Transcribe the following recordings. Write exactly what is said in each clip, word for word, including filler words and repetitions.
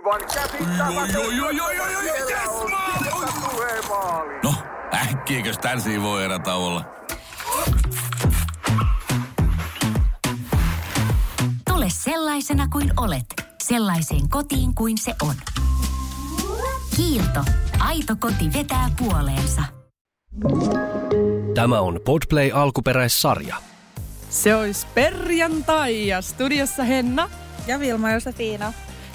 aivan käsittämätöntä. Tulee maali. No, äkkiäkös tän voi erätä olla? Tule sellaisena kuin olet, sellaiseen kotiin kuin se on. Kiilto. Aito koti vetää puoleensa. Tämä on Podplay alkuperäissarja. Se olisi perjantai ja studiossa Henna. Ja Vilma Josefina.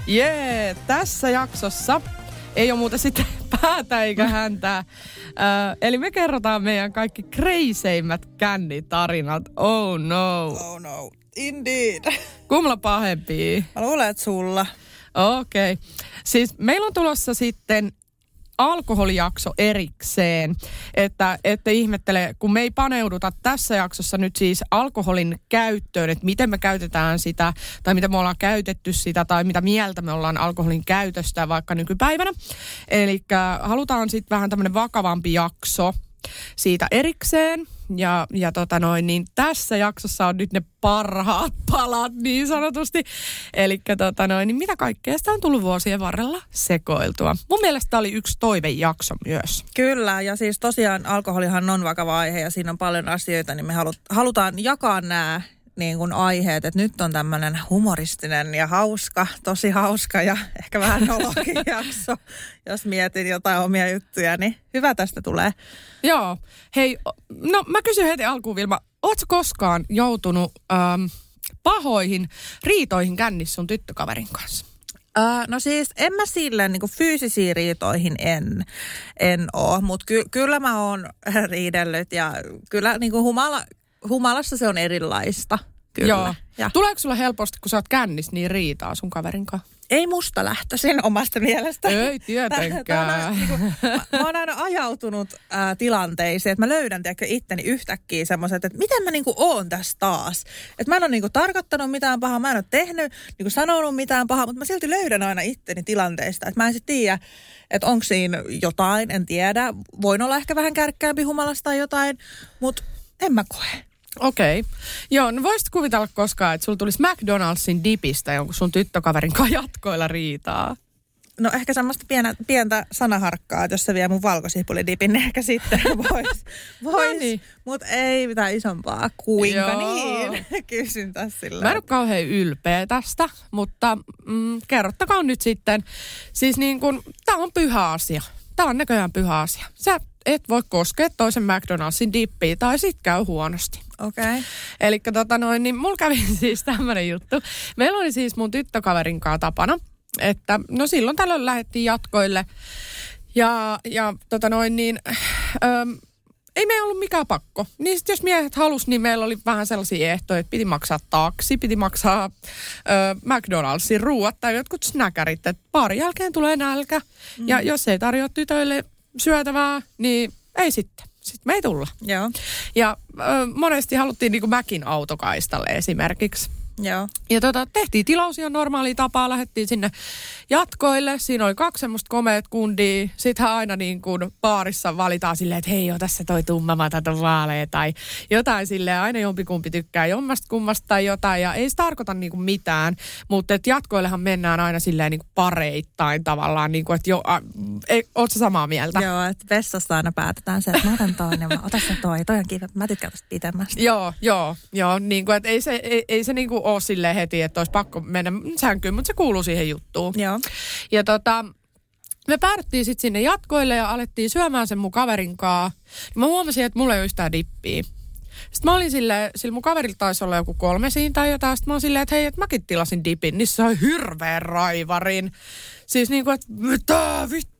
Jee, tässä jaksossa ei ole muuta sitten päätä eikä häntää. Äh, eli me kerrotaan meidän kaikki kreiseimmät kännitarinat. Oh no. Oh no, indeed. Kummalla pahempia? Mä luulen, että sulla. Okei. Okay. Siis meillä on tulossa sitten alkoholijakso erikseen, että ette ihmettele, kun me ei paneuduta tässä jaksossa nyt siis alkoholin käyttöön, että miten me käytetään sitä, tai mitä me ollaan käytetty sitä, tai mitä mieltä me ollaan alkoholin käytöstä vaikka nykypäivänä. Eli halutaan sitten vähän tämmöinen vakavampi jakso siitä erikseen. Ja, ja tota noin, niin tässä jaksossa on nyt ne parhaat palat niin sanotusti. Eli tota noin, niin mitä kaikkea sitä on tullut vuosien varrella sekoiltua. Mun mielestä tämä oli yksi toivejakso myös. Kyllä, ja siis tosiaan alkoholihan on vakava aihe ja siinä on paljon asioita, niin me halutaan jakaa nämä niin kuin aiheet, että nyt on tämmöinen humoristinen ja hauska, tosi hauska ja ehkä vähän nolokin jakso. Jos mietin jotain omia juttuja, niin hyvä tästä tulee. Joo. Hei, no mä kysyn heti alkuun, Vilma, ootko koskaan joutunut ähm, pahoihin riitoihin kännissä sun tyttökaverin kanssa? Uh, no siis en mä silleen niin kuin fyysisiin riitoihin en, en oo, mutta ky- kyllä mä oon riidellyt ja kyllä niin kuin humala... Humalassa se on erilaista, kyllä. Joo. Ja. Tuleeko sulla helposti, kun sä oot kännissä, niin riitaa sun kaverin kanssa? Ei musta lähtöisin omasta mielestä. Ei tietenkään. Niin kuin, mä, mä oon aina ajautunut ää, tilanteisiin, että mä löydän tiedätkö, itteni yhtäkkiä semmoiset, että miten mä niin kuin oon tässä taas. Että mä en ole niin kuin tarkoittanut mitään pahaa, mä en ole tehnyt, niin kuin sanonut mitään pahaa, mutta mä silti löydän aina itteni tilanteista. Että mä en sitten tiedä, että onko siinä jotain, en tiedä. Voin olla ehkä vähän kärkkäämpi humalasta tai jotain, mutta en mä koe. Okei. Okay. Joo, no voisit kuvitella koskaan, että sulla tulisi McDonaldsin dipistä jonkun sun tyttökaverin kanssa jatkoilla riitaa? No ehkä semmoista pienä, pientä sanaharkkaa, että jos se vie mun valkosipulidipin, niin ehkä sitten vois. vois. No niin. Mutta ei mitään isompaa. Kuinka Joo. niin? Kysyn tässä sillä. Mä en ole kauhean ylpeä tästä, mutta mm, kerrottakaa nyt sitten. Siis niin kun, tää on pyhä asia. Tää on näköjään pyhä asia. Sä et voi koskea toisen McDonaldsin dippiä tai sit käy huonosti. Okei. Okay. Elikkä tota noin, niin mulla kävi siis tämmönen juttu. Meillä oli siis mun tyttökaverin kanssa tapana, että no silloin tällöin lähdettiin jatkoille. Ja, ja tota noin niin, äm, ei meillä ollut mikään pakko. Niin sit jos miehet halus, niin meillä oli vähän sellaisia ehtoja, että piti maksaa taksi, piti maksaa ö, McDonaldsin ruuat tai jotkut snäkärit. Että baarin jälkeen tulee nälkä. Mm. Ja jos ei tarjoa tytöille syötävää, niin ei sitten. Sitten me ei tulla. Joo. Ja ö, monesti haluttiin niin kuin Mäkin autokaistalle esimerkiksi. Joo. Ja tota, tehtiin tilaus ihan normaalia tapaa, lähdettiin sinne jatkoille. Siinä oli kaksi semmoista komeet kundia. Sittenhän aina niin kuin baarissa valitaan silleen, että hei, joo, tässä toi tummama tai toi vaalea tai jotain silleen. Aina jompikumpi tykkää jommasta kummasta tai jotain ja ei se tarkoita niin kuin mitään. Mutta jatkoillehan mennään aina silleen niin kuin pareittain tavallaan, niin kuin, että jo, a, ei, ootko samaa mieltä? Joo, että vessassa aina päätetään se, että mä otan toinen, mä otan se toi, toi on kiva, mä tykkään tästä pitemmästä. Joo, joo, joo, niin kuin, että ei se, ei, ei se niin kuin ole silleen heti, että olisi pakko mennä sänkyyn, mutta se kuuluu siihen juttuun. Joo. Ja tota, me päädyttiin sitten sinne jatkoille ja alettiin syömään sen mun kaverin kanssa. Mä huomasin, että mulla ei ole yhtään dippiä. Sitten mä olin silleen, sillä mun kaverilla taisi olla joku kolme siinä tai jotain. Sitten mä olin silleen, että hei, että mäkin tilasin dipin. Niin se sai hirveän raivarin. Siis niin kuin, että mitä vittu?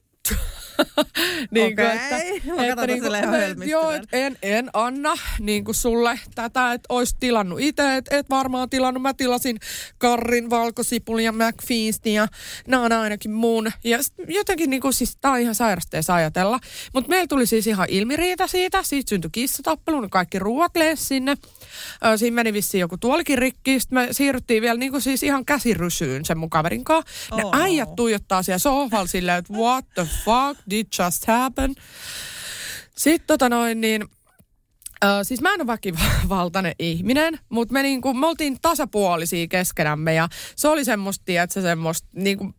niin Okei, okay. Mä katson niin silleen hölmistyneen. Joo, en, en anna niin kuin sulle tätä, että ois tilannut itse, että et varmaan tilannut. Mä tilasin karrin, valkosipulin ja McFeastin ja nää on ainakin mun. Ja jotenkin niin kuin, siis tää on ihan sairasteessa ajatella. Mutta meillä tuli siis ihan ilmiriita siitä. Siitä syntyi kissatappelu, ne kaikki ruuat lensi sinne. Siinä meni vissiin joku tuolikin rikki. Sitten me siirryttiin vielä niin kuin siis ihan käsirysyyn sen mun kaverin kanssa. Ne oh. äijät tuijottaa siellä sohvalla silleen, että what the fuck did just happen? Sitten tota noin niin, äh, siis mä en ole väkivaltainen ihminen, mutta me, niinku, me oltiin tasapuolisia keskenämme ja se oli semmoista, että se semmoista niinku,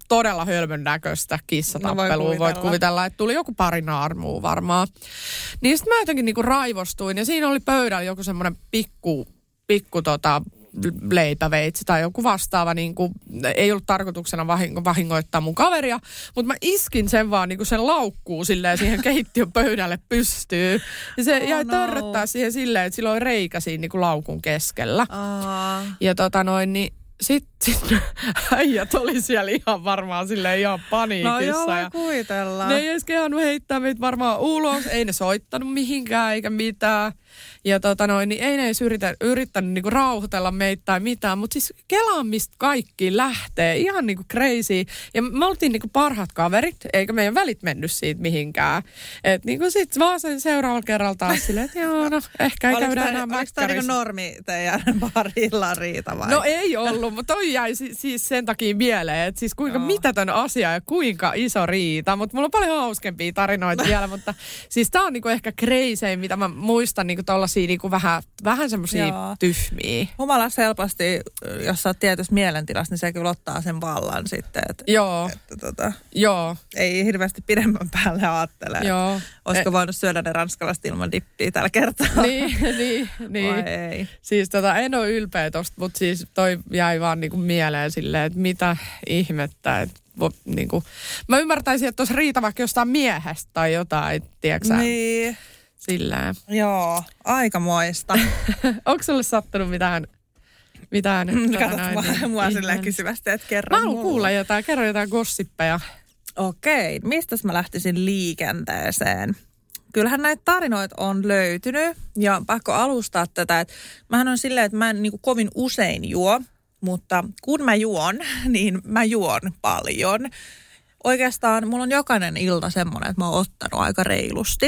todella hölmön näköistä kissatappelua. No voi Voit kuvitella, että tuli joku pari naarmua varmaan. Niin sitten mä jotenkin niinku raivostuin ja siinä oli pöydällä joku semmoinen pikku, pikku tota, leipäveitsi tai joku vastaava. Niinku, ei ollut tarkoituksena vahingo, vahingoittaa mun kaveria, mutta mä iskin sen vaan niinku sen laukkuun silleen siihen keittiön pöydälle pystyy. Ja se oh, jäi no. törröttää siihen silleen, että sillä oli reikä siinä niinku laukun keskellä. Oh. Ja tota noin, niin sitten sit, äijät oli siellä ihan varmaan silleen ihan paniikissa. No joo, voi ja kuvitella. ne ei edes kehannut heittää meitä varmaan ulos, ei ne soittanut mihinkään eikä mitään. Ja tota noin, niin ei ne edes yritä, yrittänyt niinku rauhoitella meitä tai mitään, mutta siis kelaamista kaikki lähtee ihan niinku crazy. Ja me oltiin niinku parhaat kaverit, eikä meidän välit mennyt siitä mihinkään. Että niinku sit vaan sen seuraavalla kerralla taas silleen, että joo, no ehkä ei käydä enää mäkkärissä. Oliko tämä niinku normi teidän barilla riita vai? No ei ollut, mutta toi jäi si- siis sen takia mieleen, että siis kuinka Joo. mitätön asia ja kuinka iso riita. Mutta mulla on paljon hauskempia tarinoita vielä, mutta siis tää on niinku ehkä crazy, mitä mä muistan niinku tollasia niinku vähän, vähän semmosia Joo. tyhmiä. Humalas helposti, jos sä oot tietyssä mielentilassa, niin se kyllä ottaa sen vallan sitten. Että, Joo, että tota, joo, ei hirveästi pidemmän päälle ajattele. joo. Olisiko E- voinut syödä ne ranskalaiset ilman dippiä tällä kertaa? Niin, niin, niin. Vai ei? Siis tota, en ole ylpeä tosta, mutta siis toi jäi vaan niinku mieleen silleen, että mitä ihmettä, että vo, niinku. Mä ymmärtäisin, että olisi riita vaikka jostain miehestä tai jotain, tiedätkö sä? Niin, Silleen. joo, aikamoista. Onko sulle sattunut mitään, mitään Katsot mua, niin, mua silleen ihmeen- kysyvästi, että Mä kerro haluan mulle. kuulla jotain, kerro jotain gossippeja. Okei, mistäs mä lähtisin liikenteeseen? Kyllähän näitä tarinoita on löytynyt ja pakko alustaa tätä, että mähän on silleen, että mä en niin kuin kovin usein juo, mutta kun mä juon, niin mä juon paljon. Oikeastaan mulla on jokainen ilta semmoinen, että mä oon ottanut aika reilusti.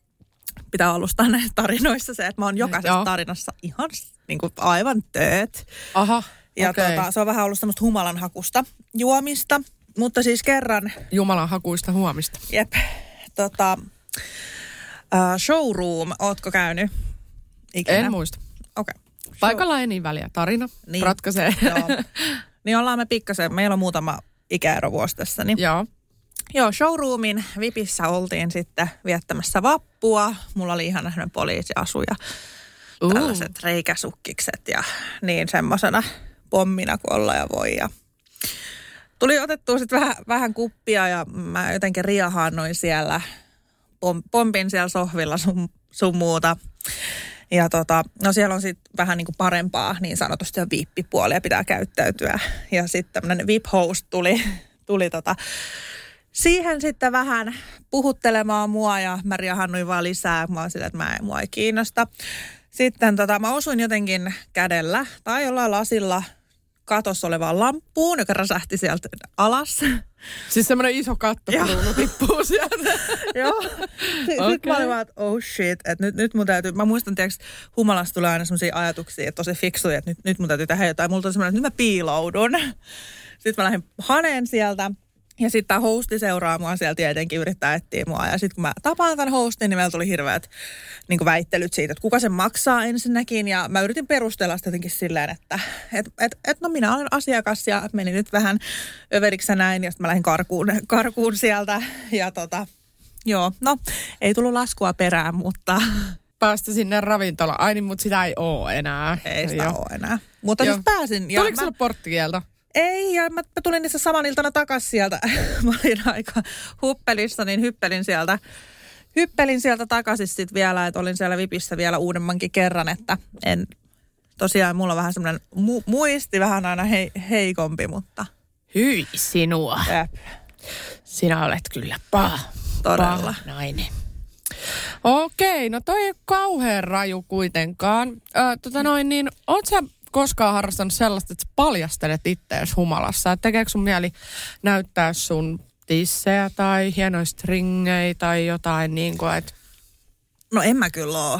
Pitää alustaa näissä tarinoissa se, että mä oon jokaisessa Joo. tarinassa ihan niin kuin aivan tööt. Aha, Ja okei. tota, se on vähän ollut semmoista humalanhakusta juomista, mutta siis kerran, Jumalan hakuista huomista. jep, tota, uh, showroom, ootko käynyt ikinä? En muista. Okei. Paikalla ei niin väliä. Tarina Niin. ratkaisee. Joo. Niin ollaan me pikkasen, meillä on muutama ikäerovuosi tässä, niin Joo. joo, showroomin vipissä oltiin sitten viettämässä vappua. Mulla oli ihana sellainen poliisiasu ja Uh. tällaiset reikäsukkikset ja niin semmosena pommina kuin olla ja voi. Ja tuli otettua sitten vähän, vähän kuppia ja mä jotenkin riahaannoin siellä, pom, pompin siellä sohvilla sun, sun muuta. Ja tota, no siellä on sitten vähän niin kuin parempaa niin sanotusti jo viippipuolia pitää käyttäytyä. Ja sitten tämmöinen V I P-host tuli, tuli tota, siihen sitten vähän puhuttelemaan mua ja mä riahannuin vaan lisää. Mä oon silleen, että mä, mua ei kiinnosta. Sitten tota, mä osuin jotenkin kädellä tai jollain lasilla katossa olevaan lamppuun, joka räsähti sieltä alas. Siis semmoinen iso kattokruunu tippuu sieltä. Joo. Sitten Okei. sit mä olin vaan, että oh shit, että nyt, nyt mun täytyy, mä muistan tiiäks, humalasta tulee aina semmoisia ajatuksia, että tosi fiksuja, että nyt, nyt mun täytyy tehdä jotain. Mulla tuli semmoinen, että nyt mä piiloudun. Sitten mä lähdin haneen sieltä. Ja sitten tämä hosti seuraa mua siellä tietenkin, yrittää etsiä mua. Ja sitten kun mä tapaan tämän hostin, niin meillä tuli hirveät niin väittelyt siitä, että kuka sen maksaa ensinnäkin. Ja mä yritin perustella sitä jotenkin silleen, että et, et, et, no minä olen asiakas ja meni nyt vähän överiksi näin. Ja sitten mä lähdin karkuun, karkuun sieltä. Ja tota, joo, no ei tullut laskua perään, mutta Päästä sinne ravintolaan. Ai niin, mutta sitä ei oo enää. ei sitä Joo. ole enää. Mutta Joo. siis pääsin. Ja Tuliko mä, sulle porttikielto? Ei, ja mä, mä tulin niissä saman iltana takaisin sieltä. Mä olin aika huppelissa, niin hyppelin sieltä, hyppelin sieltä takaisin sitten vielä, että olin siellä vipissä vielä uudemmankin kerran, että en, tosiaan mulla on vähän semmoinen mu, muisti vähän aina hei, heikompi, mutta Hyi sinua. jep, Sinä olet kyllä paha. todella. Paha nainen. Okei, no toi ei ole kauhean raju kuitenkaan. Ö, tota noin, niin oot sä koskaan harrastanut sellaista, että sä paljastelet ittees humalassa? Et tekeekö sun mieli näyttää sun tissejä tai hienoja stringejä tai jotain niin kuin, että No en mä kyllä oo.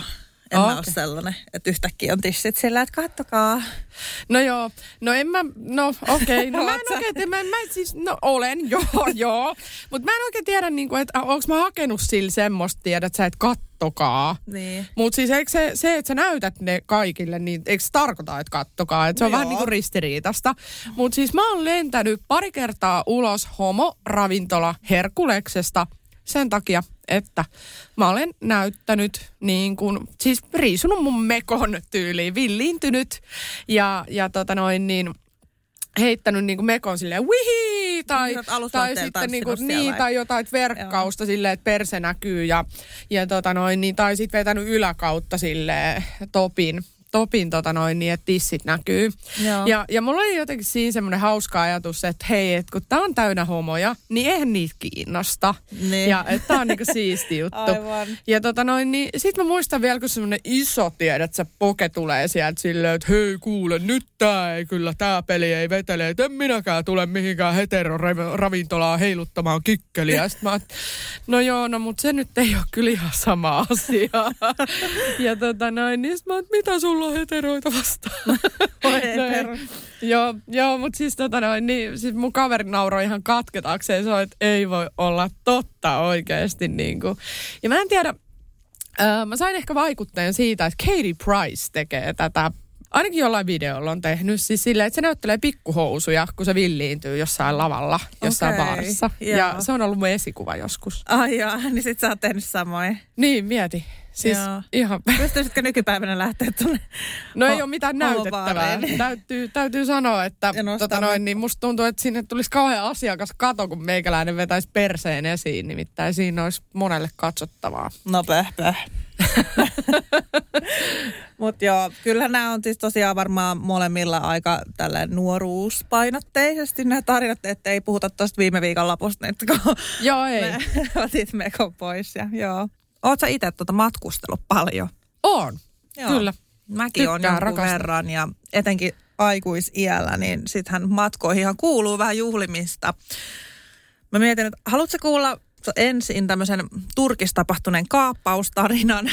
En Okay. mä ole sellainen, että yhtäkkiä on tissit sillä, että kattokaa. No joo, no en mä, no okei, okay. no mä en Oot sä? oikein, mä, mä siis, no olen, joo, joo. Mutta mä en oikein tiedä, niinku, että onko mä hakenut sillä semmoista, tiedät sä, että kattokaa. Niin. Mutta siis eikö se, se, että sä näytät ne kaikille, niin eikö se tarkoita, että kattokaa? Että se No on vähän joo. niinku ristiriitasta. Mutta siis mä oon lentänyt pari kertaa ulos homo-ravintola Herkuleksesta sen takia, että mä olen näyttänyt niin kuin, siis riisunut mun mekon tyyliin, villiintynyt ja, ja tota noin niin, heittänyt niin kuin mekon silleen wihii tai, Sä oot tai aluslatteella sitten niin, kuin, tanssinut siellä niin, vai? tai jotain verkkausta silleen, että perse näkyy ja, ja tota noin niin, tai sitten vetänyt yläkautta silleen topin. Topin tota noin niin, että tissit näkyy. Joo. Ja, ja mulla oli jotenkin siinä semmoinen hauska ajatus, että hei, että kun tää on täynnä homoja, niin eihän niitä kiinnosta. Niin. Ja että tää on niinku siisti juttu. Aivan. Ja tota noin, niin sit mä muistan vielä, kun semmoinen iso tiedät, että se poke tulee sieltä silleen, että hei kuule, nyt tää ei kyllä, tää peli ei vetele, että en minäkään tule mihinkään heteroravintolaan heiluttamaan kikkeliä. Sitten mä oot, no joo, no mut se nyt ei ole kyllä ihan sama asia. Ja tota noin, niin sit mä oot, mitä sulla on heteroita vastaan? Oi, No, hetero. Joo, joo, mutta siis tota noin, niin siis mun kaveri nauroi ihan katketakseen, se on, että ei voi olla totta oikeasti niinku. Ja mä en tiedä, äh, mä sain ehkä vaikuttajan siitä, että Katie Price tekee tätä, ainakin jollain videolla on tehnyt, siis silleen, että se näyttelee pikkuhousuja, kun se villiintyy jossain lavalla, jossain Okei, baarissa. joo. Ja se on ollut mun esikuva joskus. Ai jaa, niin sit sä oot tehnyt samoin. Niin, mieti. Siis Joo. ihan... Pystyisitkö nykypäivänä lähteä tuonne? No ei ho- ole mitään näytettävää. homobaariin? Täytyy, täytyy sanoa, että Ja nostaa tota noin, me- niin musta tuntuu, että sinne tulisi kauhean asiakas kato, kun meikäläinen vetäisi perseen esiin. Nimittäin siinä olisi monelle katsottavaa. No pöh, pöh. Mutta joo, kyllähän nämä on siis tosiaan varmaan molemmilla aika tälleen nuoruuspainotteisesti nämä tarinat, että ei puhuta tuosta viime viikon lopusta nyt, kun Joo, ei. me otit mekon pois. Ja, joo. Oot sä itse tuota matkustellut paljon? On. Joo. Kyllä. Mäkin on Tykkään, jonkun rakastan. verran ja etenkin aikuisiällä, niin sittenhän matkoihin kuuluu vähän juhlimista. Mä mietin, että haluatko kuulla ensin tämmöisen Turkissa tapahtuneen kaapppaustarinan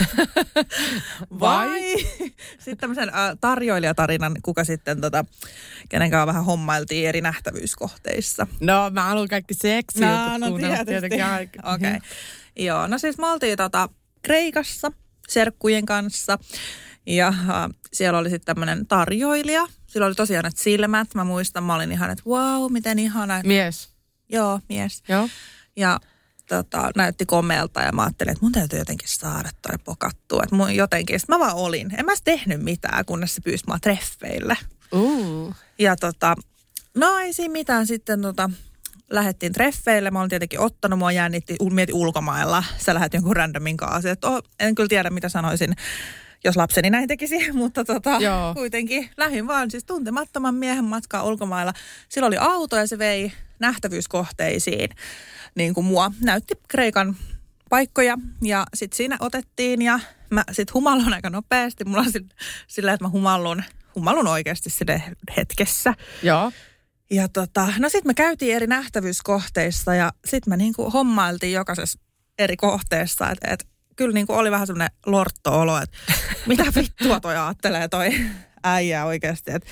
vai sitten tämmöisen äh, tarjoilijatarinan, kuka sitten tota, kenenkään vähän hommailtiin eri nähtävyyskohteissa. No, mä haluan kaikki seksi. No, no tietysti. Okei. Okay. Joo, no siis me oltiin tota Kreikassa serkkujen kanssa ja äh, siellä oli sitten tämmöinen tarjoilija. Sillä oli tosiaan näitä silmät. Mä muistan, mä olin ihan, että wow, miten ihana. Mies. Joo, mies. Joo. Ja tota, näytti komealta ja mä ajattelin, että mun täytyy jotenkin saada toi pokattua. Että mun jotenkin, sit mä vaan olin. En mä edes tehnyt mitään, kunnes se pyysi mua treffeille. Uh. Ja tota, no ei siinä mitään. Sitten tota, lähdettiin treffeille. Mä olin tietenkin ottanut, mua jännitti, mietin ulkomailla. Sä lähdet jonkun randomin kanssa. Että oh, en kyllä tiedä, mitä sanoisin, jos lapseni näin tekisi. Mutta tota, kuitenkin lähdin vaan siis tuntemattoman miehen matkaa ulkomailla. Sillä oli auto ja se vei nähtävyyskohteisiin. Niin kuin mua näytti Kreikan paikkoja ja sitten siinä otettiin ja mä sitten humallun aika nopeasti. Mulla on sillä, että mä humallun, humallun oikeasti sille hetkessä. Joo. Ja tota, no sitten me käytiin eri nähtävyyskohteissa ja sitten me niinku hommailtiin jokaisessa eri kohteessa. Että et, kyllä niinku oli vähän semmoinen lortto-olo, että mitä vittua toi ajattelee toi äijä oikeasti. Että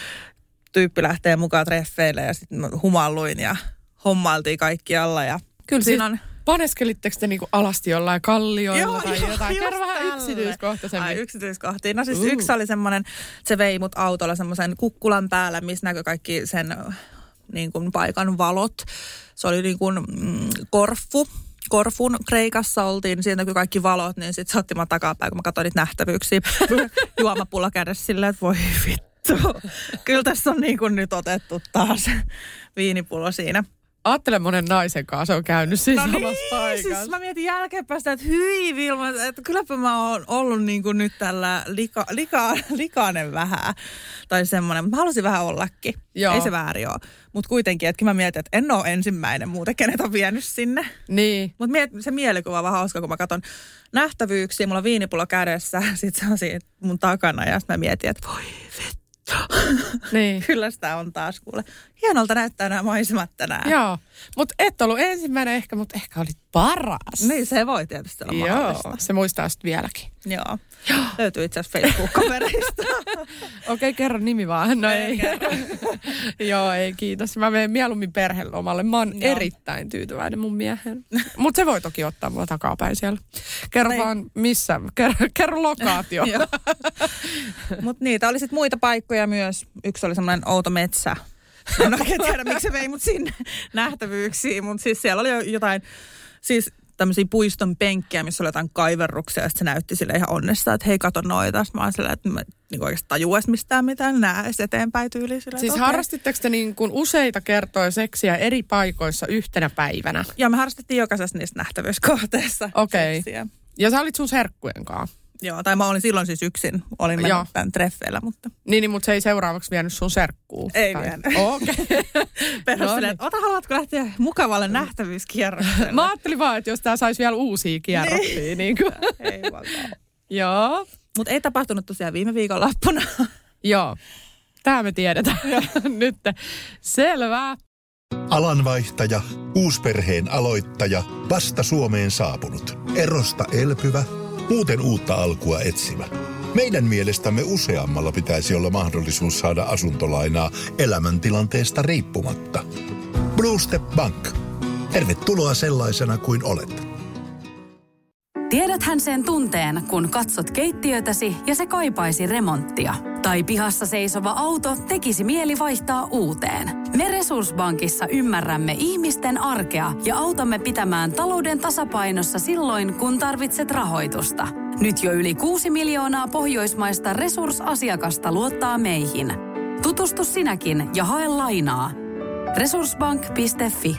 tyyppi lähtee mukaan treffeille ja sitten humalluin ja hommailtiin kaikkialla ja kyllä siinä on... Paneskelitteko te niinku alasti jollain kallioilla Joo, tai joo, jotain? just Kerro vähän tälle. yksityiskohtaisemmin. Ai yksityiskohtiin. No siis Uh. yksi oli semmoinen, se vei mut autolla semmoisen kukkulan päällä, missä näkyi kaikki sen niin kuin paikan valot. Se oli niin kuin mm, Korfu. Korfun Kreikassa oltiin, siinä näkyi kaikki valot, niin sitten se otti mä takapäin, kun mä katsoin niitä nähtävyyksiä. Juomapulla kädessä silleen, että voi vittu. Kyllä tässä on niin kuin nyt otettu taas viinipullo siinä. Ajattele monen naisen kanssa on käynyt siinä No samassa niin, paikassa. siis mä mietin jälkeenpäin sitä, että hyi Vilma, että kylläpä mä oon ollut niin kuin nyt tällä lika, lika, likainen vähän. Tai semmoinen, mutta mä halusin vähän ollakin. Joo. Ei se väärin ole. Mutta kuitenkin, että mä mietin, että en ole ensimmäinen muuten, kenet on vienyt sinne. Niin. Mutta se mielikuva on vähän hauska, kun mä katson nähtävyyksiä, mulla on viinipullo kädessä, sit se on siinä mun takana ja sit mä mietin, että voi vittu. Niin. Kyllä sitä on taas kuule hienolta näyttää nämä maisemat tänään. Joo, mutta et ollut ensimmäinen ehkä, mutta ehkä olit paras. Niin, se voi tietysti olla Joo, mahdollista. se muistaa sitten vieläkin. Joo. Löytyy itse asiassa Facebook-kavereista. Okei, okay, kerro nimi vaan. No ei. Joo, ei kiitos. Mä menen mieluummin perhelomalle. Mä oon Joo. erittäin tyytyväinen mun miehen. Mutta se voi toki ottaa mua takapäin siellä. Kerro Nein. vaan missä. Kerro, kerro lokaatio. Mutta niitä oli sitten muita paikkoja myös. Yksi oli semmoinen outo metsä. En oikein tiedä, miksi se vei mut sinne nähtävyyksiin. Mutta siis siellä oli jotain... Siis tämmöisiä puiston penkkejä, missä oli jotain kaiverruksia, ja sitten se näytti sille ihan onnesta, että hei, kato noita. Sitten mä oon silleen, että mä niin oikeasti tajua edes mistään mitään, näe edes eteenpäin tyyliin. Silleen, siis okay. Harrastitteko te niin kuin useita kertoja seksiä eri paikoissa yhtenä päivänä? Joo, me harrastettiin jokaisessa niistä nähtävyyskohteessa Okei. seksiä. Ja sä olit sun serkkujen kanssa? Joo, tai mä olin silloin siis yksin. Olin mennyt tämän treffeillä, mutta... Niin, niin, mutta se ei seuraavaksi vienyt sun serkkuun? Ei vienyt. Okei. Okay. Perustelen, että ota, haluatko lähteä mukavalle nähtävyyskierrokselle? Mä ajattelin vaan, että jos tää saisi vielä uusia kierroksia. Niin, niin kuin. Ei vaan. Joo. Mutta ei tapahtunut tosiaan viime viikonloppuna. Joo. Tää me tiedetään. Nyt. Selvä. Alanvaihtaja, uusperheen aloittaja, vasta Suomeen saapunut, erosta elpyvä, muuten uutta alkua etsimä. Meidän mielestämme useammalla pitäisi olla mahdollisuus saada asuntolainaa elämäntilanteesta riippumatta. Blue Step Bank. Tervetuloa sellaisena kuin olet. Tiedäthän sen tunteen, kun katsot keittiötäsi ja se kaipaisi remonttia. Tai pihassa seisova auto tekisi mieli vaihtaa uuteen. Me Resurssbankissa ymmärrämme ihmisten arkea ja autamme pitämään talouden tasapainossa silloin, kun tarvitset rahoitusta. Nyt jo yli kuusi miljoonaa pohjoismaista resursasiakasta luottaa meihin. Tutustu sinäkin ja hae lainaa. resurssbank piste fi.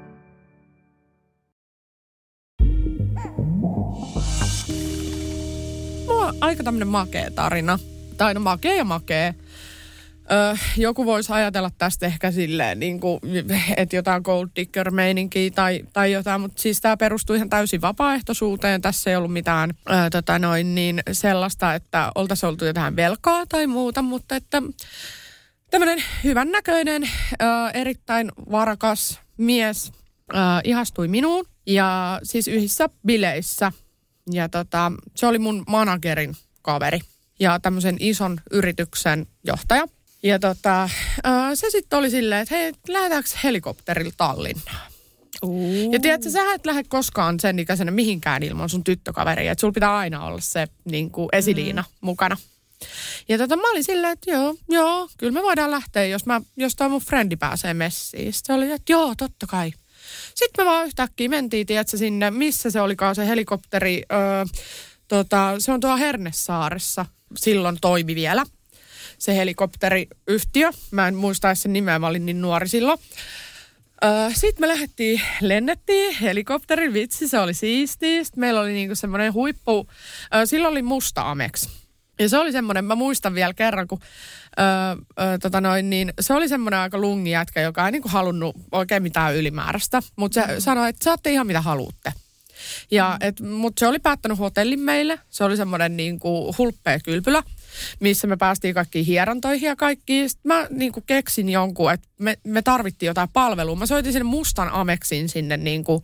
Mulla on aika tämmönen makea tarina. Tai no makea ja makea. Öö, joku voisi ajatella tästä ehkä silleen, niin kuin, että jotain gold digger-meininkiä tai, tai jotain, mutta siis tämä perustuu ihan täysin vapaaehtoisuuteen. Tässä ei ollut mitään öö, tota noin, niin sellaista, että oltaisiin oltu jotain velkaa tai muuta, mutta että tämmöinen hyvännäköinen, öö, erittäin varakas mies öö, ihastui minuun ja siis yhdessä bileissä. Ja tota, se oli mun managerin kaveri ja tämmöisen ison yrityksen johtaja. Ja tota, se sitten oli silleen, että hei, lähdetäänkö helikopterilla Tallinnaan? Uh. Ja tiedätkö, sä et lähde koskaan sen ikäisenä mihinkään ilman sun tyttökaveria. Että sulla pitää aina olla se niin kuin esiliina mm. mukana. Ja tota, mä olin silleen, että joo, joo, kyllä me voidaan lähteä, jos, mä, jos toi mun frendi pääsee messiin. Sitten oli, että joo, totta kai. Sitten me vaan yhtäkkiä mentiin, tiedätkö, sinne, missä se olikaan se helikopteri. Öö, tota, se on tuolla Hernesaaressa. Silloin toimi vielä se helikopteriyhtiö. Mä en muista sen nimeä, mä olin niin nuori silloin. Öö, Sitten me lähdettiin, lennettiin helikopterin, vitsi, se oli siistiä. Sitten meillä oli niinku semmoinen huippu, öö, silloin oli musta Amex. Ja se oli semmoinen, mä muistan vielä kerran, kun öö, öö, tota noin, niin se oli semmoinen aika lungi jätkä, joka ei niinku halunnut oikein mitään ylimääräistä. Mutta se mm. sanoi, että saatte ihan mitä haluatte. Ja, et, mutta se oli päättänyt hotellin meille. Se oli semmoinen niinku hulppea kylpylä, missä me päästiin kaikkiin hierontoihin ja kaikkiin. Sitten mä niinku keksin jonkun, että me, me tarvittiin jotain palvelua. Mä soitin sinne mustan Amexin sinne, niinku,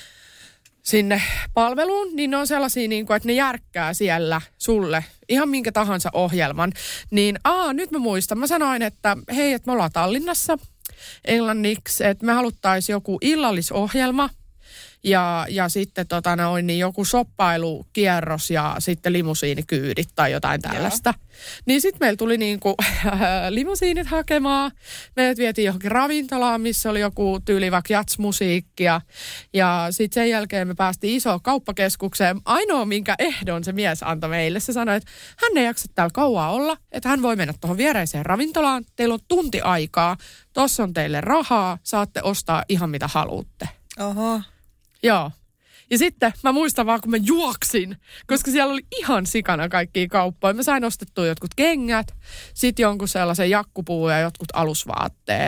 sinne palveluun. Niin ne on sellaisia, niinku, että ne järkkää siellä sulle ihan minkä tahansa ohjelman. Niin aa, nyt mä muistan. Mä sanoin, että hei, että me ollaan Tallinnassa englanniksi, että me haluttaisiin joku illallisohjelma. Ja, ja sitten tota noin, niin joku shoppailukierros ja sitten limusiinikyydit tai jotain tällaista. Joo. Niin sitten meillä tuli niinku limusiinit hakemaan. Meidät vietiin johonkin ravintolaan, missä oli joku tyyli vaikka jatsmusiikkia. Ja sitten sen jälkeen me päästiin isoon kauppakeskukseen. Ainoa minkä ehdon se mies antoi meille. Se sanoi, että hän ei jaksa täällä kauaa olla. Että hän voi mennä tuohon viereiseen ravintolaan. Teillä on tunti aikaa. Tuossa on teille rahaa. Saatte ostaa ihan mitä haluatte. Oho. Joo. Ja sitten mä muistan vaan, kun mä juoksin, koska siellä oli ihan sikana kaikkia kauppoja. Mä sain ostettua jotkut kengät, sitten jonkun sellaisen jakkupuun ja jotkut alusvaatteet.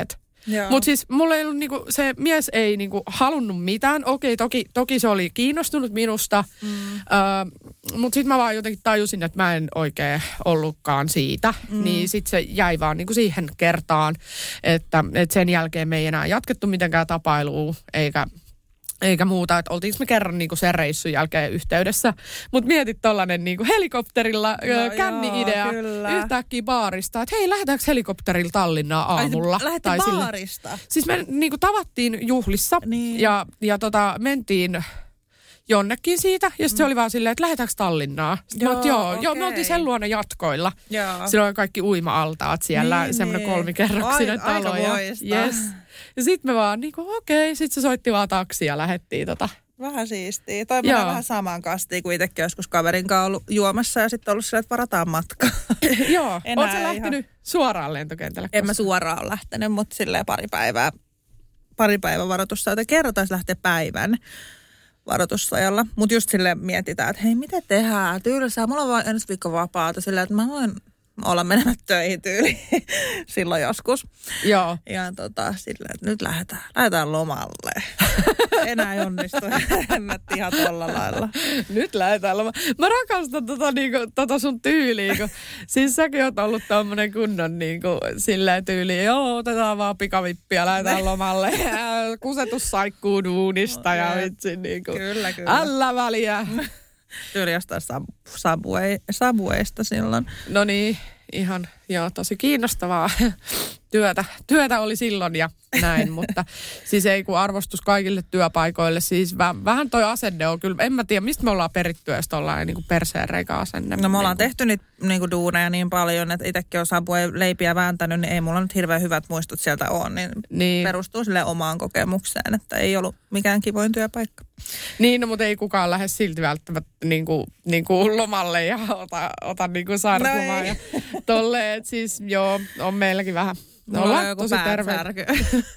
Mutta siis mulla ei ollut niinku, se mies ei niinku halunnut mitään. Okei, toki, toki se oli kiinnostunut minusta. Mm. Öö, mutta sitten mä vaan jotenkin tajusin, että mä en oikein ollutkaan siitä. Mm. Niin sitten se jäi vaan niinku siihen kertaan, että, että sen jälkeen me ei enää jatkettu mitenkään tapailua, eikä... Eikä muuta, että oltiinko me kerran niinku sen reissun jälkeen yhteydessä. Mutta mietit tollanen niinku helikopterilla no känni-idea yhtäkkiä baarista, että hei, lähdetäänkö helikopterilla Tallinnaan aamulla? Lähdette baarista? Sille. Siis me niinku tavattiin juhlissa niin. ja, ja tota, mentiin jonnekin siitä. Ja sitten mm. se oli vaan silleen, että lähdetäänkö Tallinnaan? Joo, mä, joo, okay. joo, me oltiin sen luona jatkoilla. Joo. Silloin oli kaikki uima-altaat siellä, niin, semmoinen niin. kolmikerroksinen talo. Aika moista. Yes. Ja sitten me vaan niinku okei, okay. sitten se soitti vaan taksi ja lähdettiin tota. Vähän siistiä. Toi menee vähän samaan kastiin, kuin itsekin joskus kaverin kanssa ollut juomassa ja sitten ollut sillä, että varataan matkaa. Joo. Oletko sä lähtenyt ihan... suoraan lentokentälle? En mä suoraan ole lähtenyt, mutta silleen pari päivää, pari päivän varoitussa. Joten kerrotaan lähteä päivän varoitusajalla. Mutta just silleen mietitään, että hei, mitä tehdään? Tylsää. Mulla on vaan ensi viikko vapaata silleen, että mä voin olla menemät töihin tyyliin silloin joskus. Joo. Ja tota, silleen, että nyt lähdetään, lähdetään lomalle. Enää ei onnistu. Ennät ihan tolla lailla. Nyt lähdetään lomalle. Mä rakastan tota, niinku, tota sun tyyliä. Kun, siis säkin oot ollut tommonen kunnon niinku, silleen tyyliin. Joo, otetaan vaan pikavippiä, lähdetään lomalle. Kusetus saikkuu duunista ja vitsi niinku. Kyllä, kyllä. Ällä väliä. Tyyli jostain Subway, Subwaysta silloin. No niin, ihan joo, tosi kiinnostavaa työtä. Työtä oli silloin ja näin, mutta siis ei kun arvostus kaikille työpaikoille. Siis väh, vähän toi asenne on kyllä, en mä tiedä, mistä me ollaan perittyä, jos ollaan niin kuin perseen reika-asenne. No me ollaan niin tehty niitä niin kuin duuneja niin paljon, että itsekin on Subway-leipiä vääntänyt, niin ei mulla nyt hirveän hyvät muistot sieltä ole. Niin, niin. Perustuu sille omaan kokemukseen, että ei ollut mikään kivoin työpaikka. Niin, no, mutta ei kukaan lähde silti välttämättä niin kuin, niin kuin lomalle ja ota, ota niin kuin sairauslomaa no ja tolleen. Että siis joo, on meilläkin vähän. No, mulla on joku tosi päänsärky.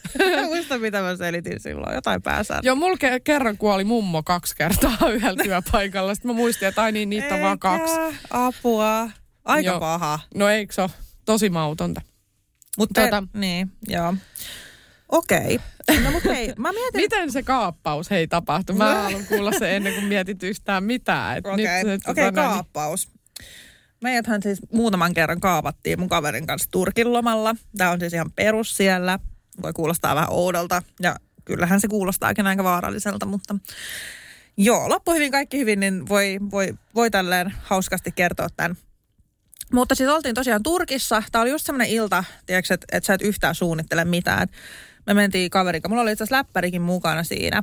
Muista mitä mä selitin silloin, jotain päänsärky. Joo, mulla ke- kerran kuoli mummo kaksi kertaa yhdellä työpaikalla. Sitten mä muistin, että ai niin, niitä on vaan kaksi. Apua. Aika joo. paha. No eikö se ole? Tosi mautonta. Mutta tota, niin, joo. Okei. No mutta hei, mä mietin... Miten se kaappaus hei tapahtui? Mä haluan kuulla se ennen kuin mietit yhtään mitään. Okei, okay. okay, kaappaus. Meidäthän siis muutaman kerran kaapattiin mun kaverin kanssa Turkin lomalla. Tämä on siis ihan perus siellä. Voi kuulostaa vähän oudolta ja kyllähän se kuulostaakin aika vaaralliselta, mutta joo, loppu hyvin, kaikki hyvin, niin voi, voi, voi tälleen hauskasti kertoa tämän. Mutta siis oltiin tosiaan Turkissa. Tämä oli just semmoinen ilta, tiedätkö, että, että sä et yhtään suunnittele mitään. Me mentiin kaverin, mulla oli itse asiassa läppärikin mukana siinä.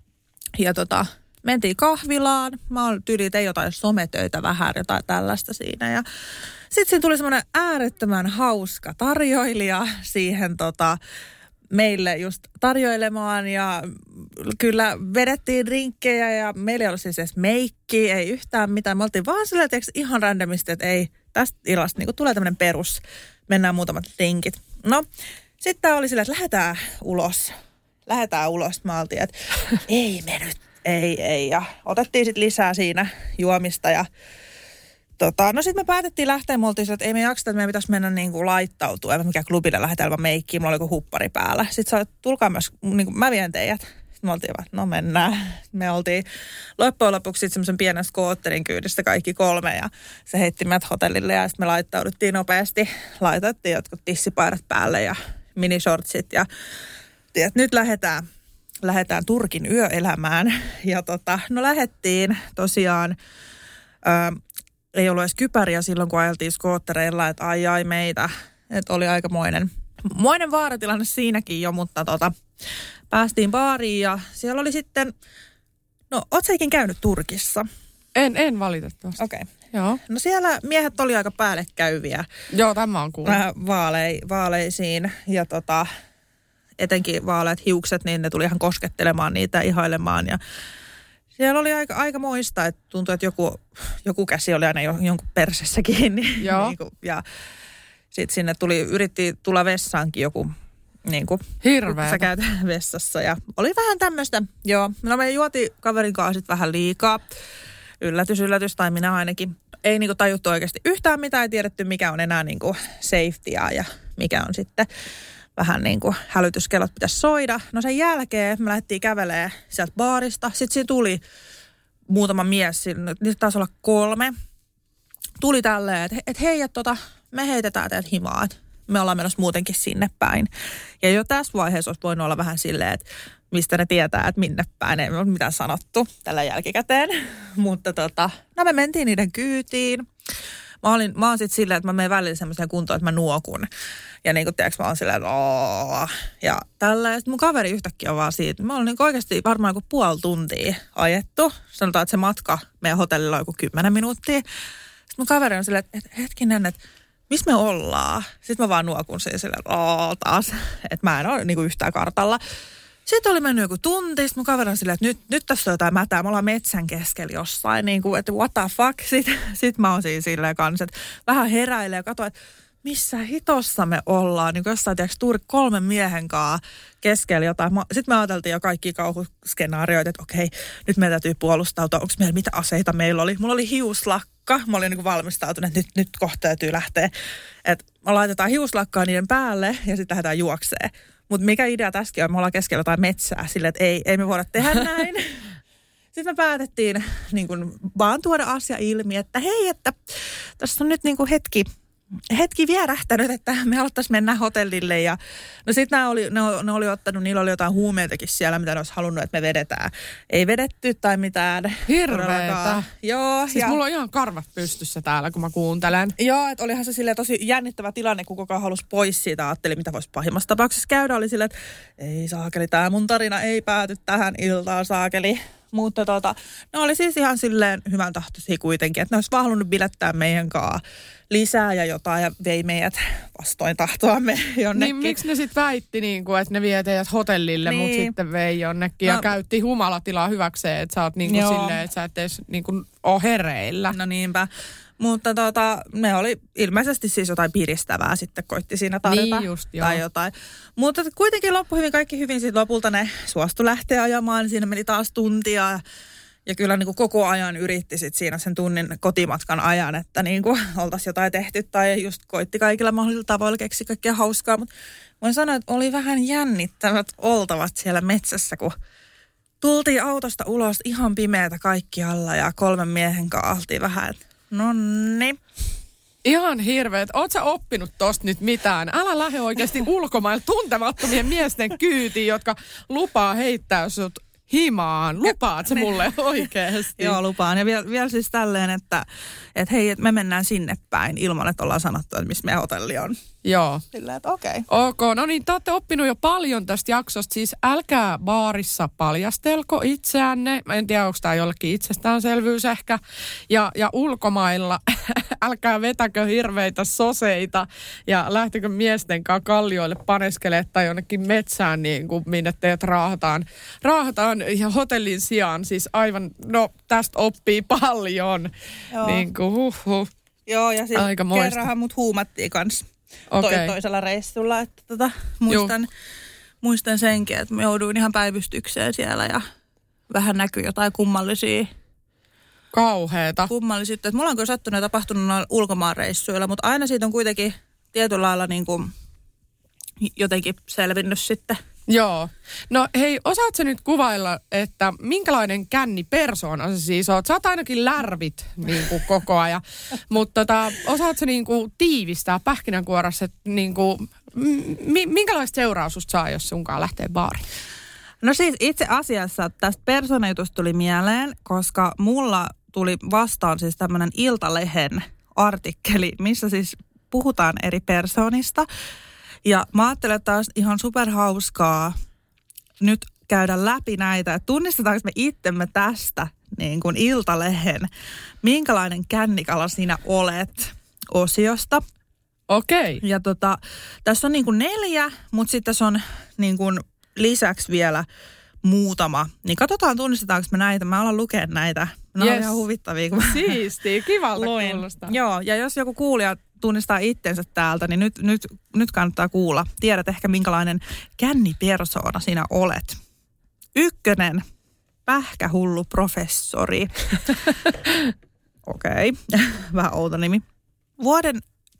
Ja tota... Mentiin kahvilaan. Mä oon tyyli, tein jotain sometöitä vähän, jotain tällaista siinä. Ja sitten siinä tuli semmoinen äärettömän hauska tarjoilija siihen tota, meille just tarjoilemaan. Ja kyllä vedettiin rinkkejä ja meillä ei ollut siis edes meikkiä, ei yhtään mitään. Me oltiin vaan silleen, että ihan randomisti, että ei tästä illasta niin tulee tämmöinen perus. Mennään muutamat rinkit. No, sitten oli silleen, että lähdetään ulos. Lähdetään ulos. Mä oltiin, että ei me nyt. Ei, ei. Ja otettiin sitten lisää siinä juomista ja tota, no sitten me päätettiin lähteä. Me oltiin sillä, että ei me jakseta, että meidän pitäisi mennä niinku laittautua. Ei mikä klubille lähdetään ilman meikkiä. Mulla oli joku huppari päällä. Sitten sä tulkaa myös, niinku, mä vien teidät. Sitten me oltiin vaan, no mennään. Me oltiin loppujen lopuksi sitten semmoisen pienen skootterin kyydissä kaikki kolme. Ja se heitti meidät hotellille ja sitten me laittauduttiin nopeasti. Laitettiin jotkut tissipaidat päälle ja minishortsit ja tiedät, nyt lähdetään. Lähdetään Turkin yöelämään. Ja tota, no lähdettiin tosiaan, ää, ei ollut edes kypäriä silloin, kun ajeltiin skoottereilla, että ai ai meitä. Että oli aikamoinen moinen vaaratilanne siinäkin jo, mutta tota, päästiin baariin ja siellä oli sitten, no oot sä ikin käynyt Turkissa? En, en valitettavasti. Okei. Okay. Joo. No siellä miehet oli aika päällekkäyviä. Joo, tämä on kuullut. Vähän vaalei, vaaleisiin ja tota... etenkin vaaleat hiukset, niin ne tuli ihan koskettelemaan niitä, ihailemaan. Ja siellä oli aika, aika moista, että tuntui, että joku, joku käsi oli aina jo, jonkun persessä kiinni. Joo. niin kuin, ja sitten sinne tuli, yritti tulla vessaankin joku, niin kuin, hirveä. Sä käyt vessassa. Ja oli vähän tämmöistä, joo. No me juotiin kaverin kanssa sitten vähän liikaa. Yllätys, yllätys, tai minä ainakin. Ei niin kuin tajuttu oikeasti yhtään mitään, ei tiedetty mikä on enää niin kuin safetya ja mikä on sitten vähän niin kuin hälytyskellot pitäisi soida. No sen jälkeen me lähdettiin kävelemään sieltä baarista. Sitten siinä tuli muutama mies, niitä taisi olla kolme. Tuli tälleen, että et hei, et tota, me heitetään teidät himaan. Me ollaan menossa muutenkin sinne päin. Ja jo tässä vaiheessa olisi voinut olla vähän silleen, että mistä ne tietää, että minne päin. Ei ole mitään sanottu tällä jälkikäteen. Mutta tota, no me mentiin niiden kyytiin. Mä, olin, mä oon sitten silleen, että mä menen välillä semmoiseen kuntoon, että mä nuokun. Ja niin kuin tiedätkö, mä oon silleen, että ooo. Ja tällä. Ja sitten mun kaveri yhtäkkiä on vaan siitä. Mä olin niin oikeasti varmaan joku puoli tuntia ajettu. Sanotaan, että se matka meidän hotellilla on joku kymmenen minuuttia. Sitten mun kaveri on silleen, että hetkinen, että missä me ollaan? Sitten mä vaan nuokun siihen silleen, ooo taas. Että mä en ole niin kuin yhtään kartalla. Sitten oli mennyt joku tunti, sitten mun kaveri on silleen, että nyt, nyt tässä on jotain mätää, me ollaan metsän keskellä jossain, niin kuin, että what the fuck. Sitten sit mä oon siinä silleen kanssa, että vähän heräilee ja katsoin, että missä hitossa me ollaan, niin kuin jossain tiedätkö tuuri kolmen miehen kanssa keskellä jotain. Sitten me ajateltiin jo kaikkia kauhuskenaarioita, että okei, nyt meidän täytyy puolustautua, onko meillä mitä aseita meillä oli. Mulla oli hiuslakka, mä olin niin kuin valmistautunut, että nyt, nyt kohta täytyy lähteä. Että me laitetaan hiuslakkaa niiden päälle ja sitten lähdetään juokseen. Mutta mikä idea tässäkin on, me ollaan keskellä jotain metsää silleen, että ei, ei me voida tehdä näin. Sitten me päätettiin niin kun, vaan tuoda asia ilmi, että hei, että tässä on nyt niin kun hetki, hetki vierähtänyt, että me haluttaisiin mennä hotellille. Ja, no sitten ne oli, ne, ne oli ottanut, niillä oli jotain huumeitakin siellä, mitä ne olisi halunnut, että me vedetään. Ei vedetty tai mitään. Hirveetä. Joo. Siis ja mulla on ihan karvat pystyssä täällä, kun mä kuuntelen. Joo, että olihan se silleen tosi jännittävä tilanne, kun koko ajan halusi pois siitä. Ajattelin, mitä voisi pahimmassa tapauksessa käydä. Oli silleen, että ei saakeli, tämä mun tarina ei pääty tähän iltaan saakeli. Mutta tota, ne oli siis ihan silleen hyvän tahtoisia kuitenkin, että ne olisi vaan halunnut bilettää meidän kanssa lisää ja jotain ja vei meidät vastoin tahtoamme jonnekin. Niin miksi ne sitten väitti, niin kuin, että ne vie teidät hotellille, niin. Mutta sitten vei jonnekin no, ja käytti humalatilaa hyväkseen, että sä oot niin kuin silleen, että sä et edes niin kuin ole hereillä. No niinpä. Mutta tota, ne oli ilmeisesti siis jotain piristävää sitten koitti siinä tarjota niin just, tai jotain. Mutta kuitenkin loppui hyvin, kaikki hyvin. Sitten lopulta ne suostui lähteä ajamaan. Siinä meni taas tuntia ja kyllä niin kuin koko ajan yritti sit siinä sen tunnin kotimatkan ajan, että niin kuin oltaisiin jotain tehty tai just koitti kaikilla mahdollisilla tavoilla keksi kaikkea hauskaa. Mutta voin sanoa, että oli vähän jännittävät oltavat siellä metsässä, kun tultiin autosta ulos ihan pimeätä kaikkialla ja kolmen miehen kanssa oltiin vähän, nonni. Ihan hirveet. Oot sä oppinut tosta nyt mitään? Älä lähde oikeasti ulkomaille tuntemattomien miesten kyytiin, jotka lupaa heittää sut himaan. Lupaat se mulle oikeasti? Joo, lupaan. Ja vielä, vielä siis tälleen, että et hei, et me mennään sinne päin ilman, että ollaan sanottu, että missä meidän hotelli on. Joo. Sillä, että okei. Okay. Ok, no niin, te olette oppinut jo paljon tästä jaksosta. Siis älkää baarissa paljastelko itseänne. Mä en tiedä, onko tämä jollekin itsestäänselvyys ehkä. Ja, ja ulkomailla älkää vetäkö hirveitä soseita ja lähtekö miesten kanssa kallioille paneskelemaan tai jonnekin metsään, niin kuin minne teet raahataan. Raahataan ja hotellin sijaan. Siis aivan, no tästä oppii paljon. Joo. Niin kuin huh huh. Joo, ja sitten kerranhan mut huumattiin kanssa. Okay. Toi, toisella reissulla, että tota, muistan, muistan senkin, että mä jouduin ihan päivystykseen siellä ja vähän näkyi jotain kummallisia. Kauheeta. Kummallisia. Että mulla on kyllä sattunut ja tapahtunut noilla ulkomaanreissuilla, mutta aina siitä on kuitenkin tietyllä lailla niin kuin jotenkin selvinnyt sitten. Joo. No hei, osaat sä nyt kuvailla, että minkälainen kännipersoona sä siis oot? Sä oot ainakin lärvit niin kuin koko ajan, mutta tota, osaat sä niin kuin tiivistää pähkinänkuorassa, että niin kuin, m- minkälaista seuraa susta saa, jos sunkaan lähtee baariin? No siis itse asiassa tästä persoonajutusta tuli mieleen, koska mulla tuli vastaan siis tämmöinen Iltalehen artikkeli, missä siis puhutaan eri persoonista. Ja mä ajattelen, että taas ihan superhauskaa nyt käydä läpi näitä, että tunnistetaanko me itsemme tästä niin kuin Iltalehen, minkälainen kännikala sinä olet osiosta. Okei. Ja tota, tässä on niin kuin neljä, mutta sitten tässä on niin kuin lisäksi vielä muutama. Niin katsotaan, tunnistetaanko me näitä. Mä alan lukea näitä. Ne yes. on ihan huvittavia. Kun siistiä, kivalta kuulostaa. Joo, ja jos joku kuulija tunnistaa itsensä täältä, niin nyt, nyt, nyt kannattaa kuulla. Tiedät ehkä, minkälainen kännipersoona sinä olet. Ykkönen, pähkähullu professori. Okei, okay. Vähän outo nimi. Vuoden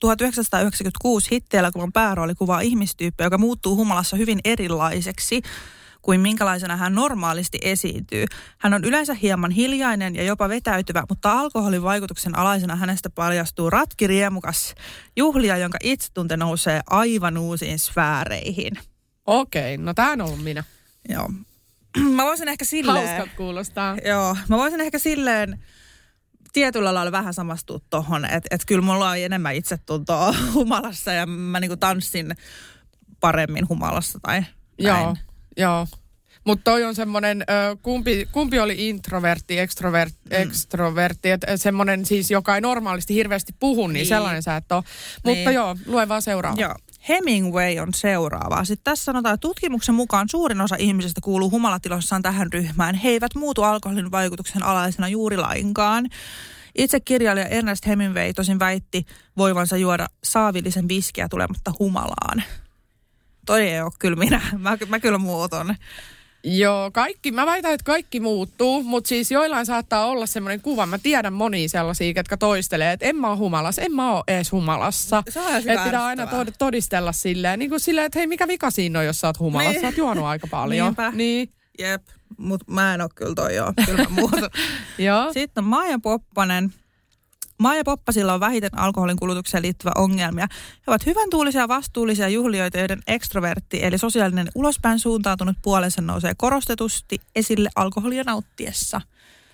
tuhatyhdeksänsataayhdeksänkymmentäkuusi hittielokuvan päärooli kuvaa ihmistyyppiä, joka muuttuu humalassa hyvin erilaiseksi kuin minkälaisena hän normaalisti esiintyy. Hän on yleensä hieman hiljainen ja jopa vetäytyvä, mutta alkoholin vaikutuksen alaisena hänestä paljastuu ratkiriemukas juhlija, jonka itsetunte nousee aivan uusiin sfääreihin. Okei, no tää on ollut minä. Joo. Mä voisin ehkä silleen... Hauska kuulostaa. Joo, mä voisin ehkä silleen tietyllä lailla vähän samastua tohon, että et kyllä mulla on enemmän itsetuntoa humalassa ja mä niinku tanssin paremmin humalassa tai näin. Joo, joo. Mutta toi on semmoinen, kumpi, kumpi oli introvertti, extrovert, mm. extrovertti, että semmoinen siis, joka ei normaalisti hirveästi puhu, niin, niin. sellainen sä et ole. Mutta niin. joo, lue vaan seuraava. Joo. Hemingway on seuraava. Sitten tässä sanotaan, että tutkimuksen mukaan suurin osa ihmisistä kuuluu humalatilossaan tähän ryhmään. He eivät muutu alkoholin vaikutuksen alaisena juuri lainkaan. Itse kirjailija Ernest Hemingway tosin väitti voivansa juoda saavillisen viskiä tulematta humalaan. Toi ei ole kyllä minä. Mä, mä kyllä muutun. Joo, kaikki, mä väitän, että kaikki muuttuu, mutta siis joillain saattaa olla semmoinen kuva. Mä tiedän monia sellaisia, jotka toistelee, että en mä ole humalassa, en mä ole edes humalassa. Se on että pitää aina todistella silleen, niin kuin silleen, että hei, mikä vika siinä on, jos sä oot humalassa, niin. Sä oot juonut aika paljon. Niinpä. Niin. Jep, mutta mä en ole kyllä toi joo, kyllä mä muutun. Joo. Sitten on Maija Poppanen. Maija Poppasilla on vähiten alkoholin kulutukseen liittyvä ongelmia. He ovat hyvän tuulisia, vastuullisia juhlijoita, joiden ekstrovertti eli sosiaalinen ulospäin suuntautunut puolensa nousee korostetusti esille alkoholia nauttiessa.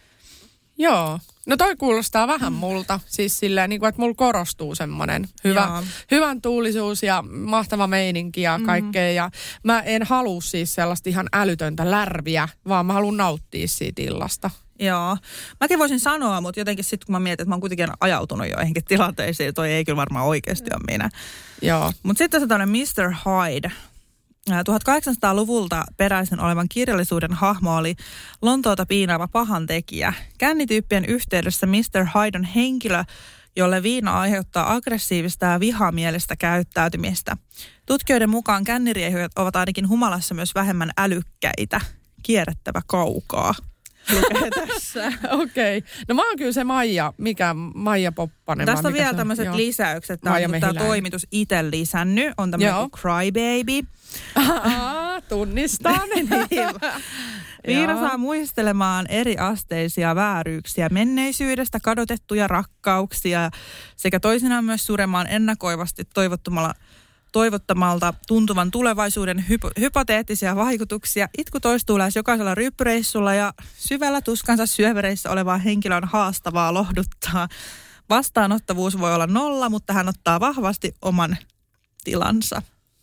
Joo. No toi kuulostaa vähän multa. Siis silleen, niin kuin, että mulla korostuu semmoinen hyvä, hyvän tuulisuus ja mahtava meininki ja kaikkea. Mm. Ja mä en halua siis sellaista ihan älytöntä lärviä, vaan mä haluan nauttia siitä illasta. Joo. Mäkin voisin sanoa, mutta jotenkin sitten kun mä mietin, että mä oon kuitenkin ajautunut joihinkin tilanteisiin, toi ei kyllä varmaan oikeasti ole minä. Joo. Mutta sitten se tämmöinen mister Hyde. tuhatkahdeksansataaluvulta peräisin olevan kirjallisuuden hahmo oli Lontoota piinaava pahantekijä. Kännityyppien yhteydessä mister Hyde on henkilö, jolle viina aiheuttaa aggressiivista ja vihamielistä käyttäytymistä. Tutkijoiden mukaan känniriehujat ovat ainakin humalassa myös vähemmän älykkäitä. Kierrättävä kaukaa. Lukee tässä. Okei. Okay. No mä oon kyllä se Maija, mikä Maija Poppanen. Tästä on vielä tämmöiset lisäykset. Tämä on tämä toimitus itse lisännyt. On tämmöinen Crybaby. Aa, tunnistan. Viina saa muistelemaan eri asteisia vääryyksiä menneisyydestä, kadotettuja rakkauksia sekä toisinaan myös suremaan ennakoivasti toivottomalla toivottamalta tuntuvan tulevaisuuden hypo- hypoteettisia vaikutuksia. Itku toistuu lähes jokaisella ryppyreissulla ja syvällä tuskansa syövereissä olevaa henkilön haastavaa lohduttaa. Vastaanottavuus voi olla nolla, mutta hän ottaa vahvasti oman tilansa.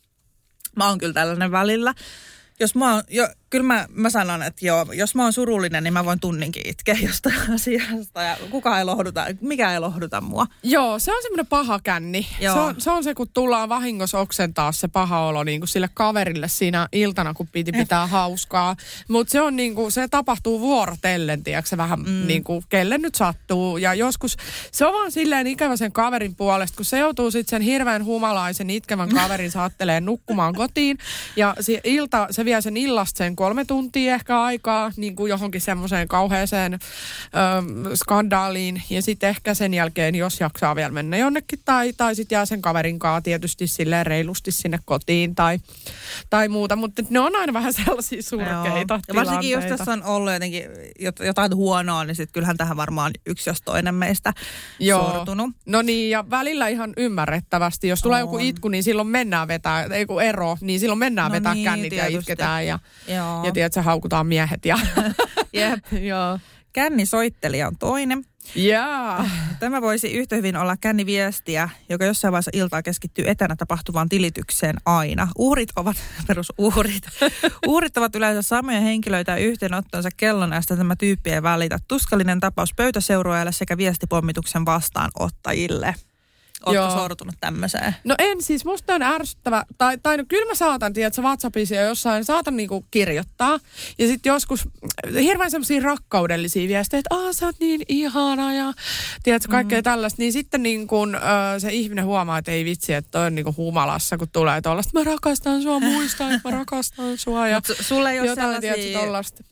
Mä oon kyllä tällainen välillä. Jos mä oon, jo, kyllä mä, mä sanon, että joo, jos mä oon surullinen, niin mä voin tunninkin itkeä jostain asiasta ja kukaan ei lohduta, mikä ei lohduta mua. Joo, se on semmoinen paha känni. Se on, se on se, kun tullaan vahingossa oksentaa se paha olo niin kuin sille kaverille siinä iltana, kun piti pitää hauskaa. Mutta se on niin kuin, se tapahtuu vuorotellen, tiedätkö se vähän mm. niin kuin, kelle nyt sattuu. Ja joskus se on vaan silleen ikävä sen kaverin puolesta, kun se joutuu sitten sen hirveän humalaisen itkevän kaverin saattelee nukkumaan kotiin. Ja se ilta, se vie sen illasta sen kolme tuntia ehkä aikaa niin kuin johonkin semmoiseen kauheeseen ö, skandaaliin. Ja sitten ehkä sen jälkeen, jos jaksaa vielä mennä jonnekin tai, tai sitten jää sen kaverin kanssa tietysti silleen reilusti sinne kotiin tai, tai muuta. Mutta ne on aina vähän sellaisia surkeita ja varsinkin jos tässä on ollut jotenkin jotain huonoa, niin sitten kyllähän tähän varmaan yksi jos toinen meistä Joo. sortunut. No niin, ja välillä ihan ymmärrettävästi. Jos tulee on. joku itku, niin silloin mennään vetää, ei kun ero, niin silloin mennään no vetää niin, kännit tietysti. ja itketään ja, Joo. ja tiedätkö, haukutaan miehet. Ja Jep. Joo. Kännisoittelija on toinen. Jaa. Tämä voisi yhtä hyvin olla känniviestiä, joka jossain vaiheessa iltaa keskittyy etänä tapahtuvaan tilitykseen aina. Uhrit ovat, perusuhrit, uhrit ovat yleensä samoja henkilöitä ja yhteenottonsa kellonajasta tämä tyyppi ei välitä. Tuskallinen tapaus pöytäseurueelle sekä viestipommituksen vastaanottajille. Ootko sortunut tämmöiseen? No en siis, musta on ärsyttävä, tai, tai no kyllä mä saatan, tiedätkö, WhatsAppissa ja jossain, saatan niinku kirjoittaa. Ja sitten joskus hirveän semmoisia rakkaudellisia viestejä, että aah sä oot niin ihana ja tiedätkö, kaikkea mm. tällaista. Niin sitten niin kun, ö, se ihminen huomaa, että ei vitsi, että toi on niinku humalassa, kun tulee tollaista. Mä rakastan sua, muistan, että mä rakastan sua ja Mut sulle ei ole jotain, sellaisia tiedätkö, tollaista.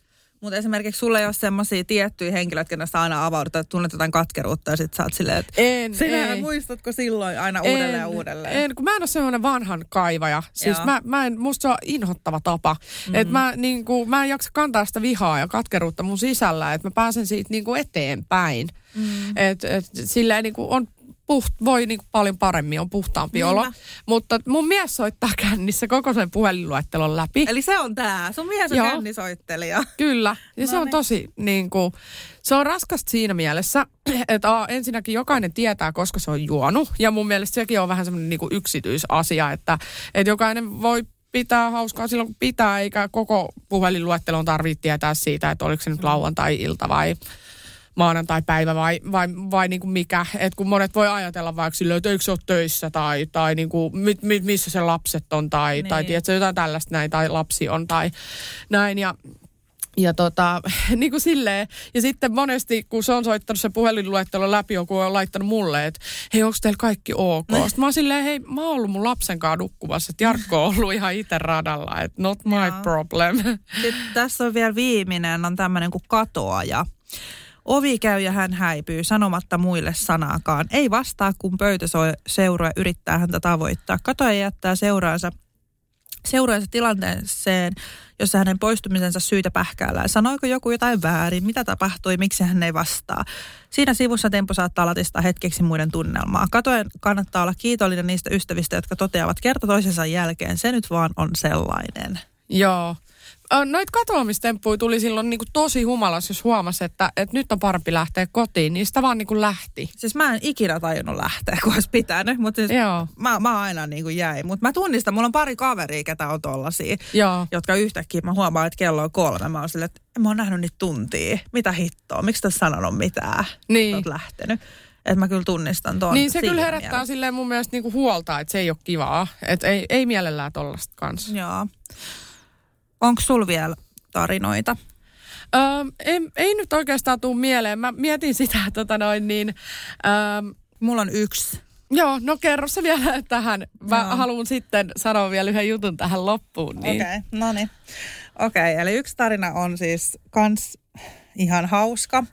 Mutta esimerkiksi sulla ei ole semmoisia tiettyjä henkilöitä, kenestä aina avaudutaan, että tunnet jotain katkeruutta ja sit sä oot silleen, että en, sinä ei. muistatko silloin aina En, uudelleen ja uudelleen? En, kun mä en ole semmoinen vanhan kaivaja. Siis mä, mä en, musta se on inhottava tapa. Mm-hmm. Että mä, niin kuin, mä en jaksa kantaa sitä vihaa ja katkeruutta mun sisällä, että mä pääsen siitä niin kuin eteenpäin. Mm-hmm. Että et, silleen niin kuin on puht, voi niin kuin paljon paremmin, on puhtaampi Niinpä. olo. Mutta mun mies soittaa kännissä koko sen puhelinluettelon läpi. Eli se on tää. Sun mies on Joo. kännisoittelija. Kyllä. Ja No se on niin. tosi niin kuin, se on raskasta siinä mielessä, että a, ensinnäkin jokainen tietää, koska se on juonut. Ja mun mielestä sekin on vähän semmoinen niin kuin yksityisasia, että, että jokainen voi pitää hauskaa silloin, kun pitää, eikä koko puhelinluettelon tarvitse tietää siitä, että oliko se nyt lauantai-ilta vai maanantai-päivä vai, vai, vai niin kuin mikä. Että kun monet voi ajatella vaikka silleen, että eikö se ole töissä tai, tai niin kuin, mit, mit, missä se lapset on tai, niin. tai tiedätkö, jotain tällaista näin tai lapsi on tai näin. Ja Ja tota, niin kuin silleen. Ja sitten monesti, kun se on soittanut se puhelinluettelo läpi, joku on laittanut mulle, että hei, onko teillä kaikki ok? Sitten mä oon silleen, hei, mä oon ollut mun lapsen kanssa nukkuvassa, että Jarkko on ollut ihan itse radalla, että not my Joo. problem. Sitten tässä on vielä viimeinen, on tämmöinen kuin katoaja. Ovi käy ja hän häipyy sanomatta muille sanaakaan. Ei vastaa, kun pöytäseurue yrittää häntä tavoittaa. Katoaja jättää seuraansa, seuraansa tilanteeseen, jossa hänen poistumisensa syytä pähkäällään. Sanoiko joku jotain väärin? Mitä tapahtui? Miksi hän ei vastaa? Siinä sivussa tempo saattaa latistaa hetkeksi muiden tunnelmaa. Katoajan kannattaa olla kiitollinen niistä ystävistä, jotka toteavat kerta toisensa jälkeen. Se nyt vaan on sellainen. Joo. Noita katoamistemppuja tuli silloin niin kuin tosi humalas, jos huomasi, että, että nyt on parempi lähteä kotiin. Niin sitä vaan niin kuin lähti. Siis mä en ikinä tajunnut lähteä, kun olisi pitänyt, mutta siis Joo. mä, mä aina niin kuin jäin. Mutta mä tunnistan, mulla on pari kaveria, ketä on tollasia, Joo. jotka yhtäkkiä mä huomaan, että kello on kolme. Mä oon silleen, että mä oon nähnyt niitä tuntia. Mitä hittoa? Miksi tässä sanonut mitään? Niin. Oot lähtenyt. Että mä kyllä tunnistan ton. Niin se siinä kyllä herättää mielessä. silleen mun mielestä niinku huolta, että se ei ole kivaa. Että ei, ei mielellään tollaista kanssa. Joo. Onko sul vielä tarinoita? Öö, ei, ei nyt oikeastaan tule mieleen. Mä mietin sitä, tota noin niin... Öö, Mulla on yksi. joo, no kerro se vielä tähän. Mä Joo. haluan sitten sanoa vielä yhden jutun tähän loppuun. Niin. Okei, okay, no niin. Okei, okay, eli yksi tarina on siis kans ihan hauska.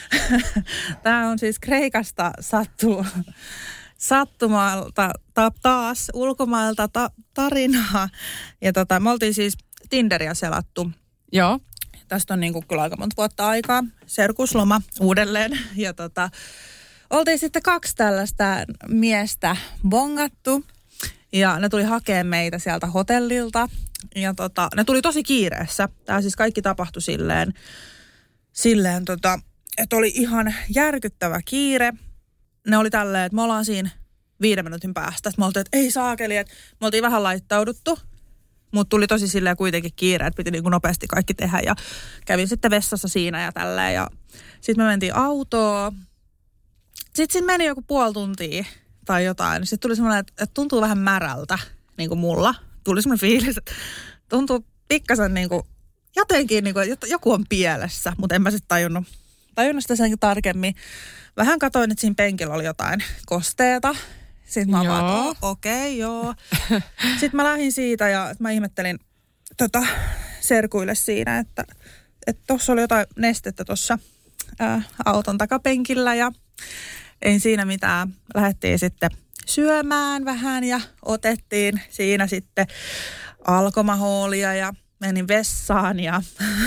Tämä on siis Kreikasta sattu, sattumalta ta, taas ulkomailta ta, tarinaa. Ja tota, me oltiin siis Tinderiä selattu. Joo. Tästä on niin kuin kyllä aika monta vuotta aikaa. Serkusloma uudelleen. Ja tota, oltiin sitten kaksi tällaista miestä bongattu. Ja ne tuli hakemaan meitä sieltä hotellilta. Ja tota, ne tuli tosi kiireessä. Tämä siis kaikki tapahtui silleen, silleen tota, että oli ihan järkyttävä kiire. Ne oli tälleen, että me ollaan siinä viiden minuutin päästä. Sitten me oltiin, että ei saakeli, että me oltiin vähän laittauduttu. Mutta tuli tosi silleen kuitenkin kiire, että piti niin kuin nopeasti kaikki tehdä. Ja kävin sitten vessassa siinä ja tälleen. Ja sitten me mentiin autoon. Sitten siinä meni joku puoli tuntia tai jotain. Sitten tuli semmoinen, että, että tuntuu vähän märältä, niin kuin mulla. Tuli semmoinen fiilis, että tuntuu pikkasen niin kuin, jotenkin niin kuin, että joku on pielessä. Mutta en mä sitten tajunnut, tajunnut sitä sen tarkemmin. Vähän katsoin, että siinä penkillä oli jotain kosteeta. Sitten mä Joo. vaan, että okei, okay, joo. Sitten mä lähdin siitä ja mä ihmettelin tota, serkuille siinä, että tuossa oli jotain nestettä tuossa auton takapenkillä ja ei siinä mitään. Lähdettiin sitten syömään vähän ja otettiin siinä sitten alkomahoolia ja menin vessaan ja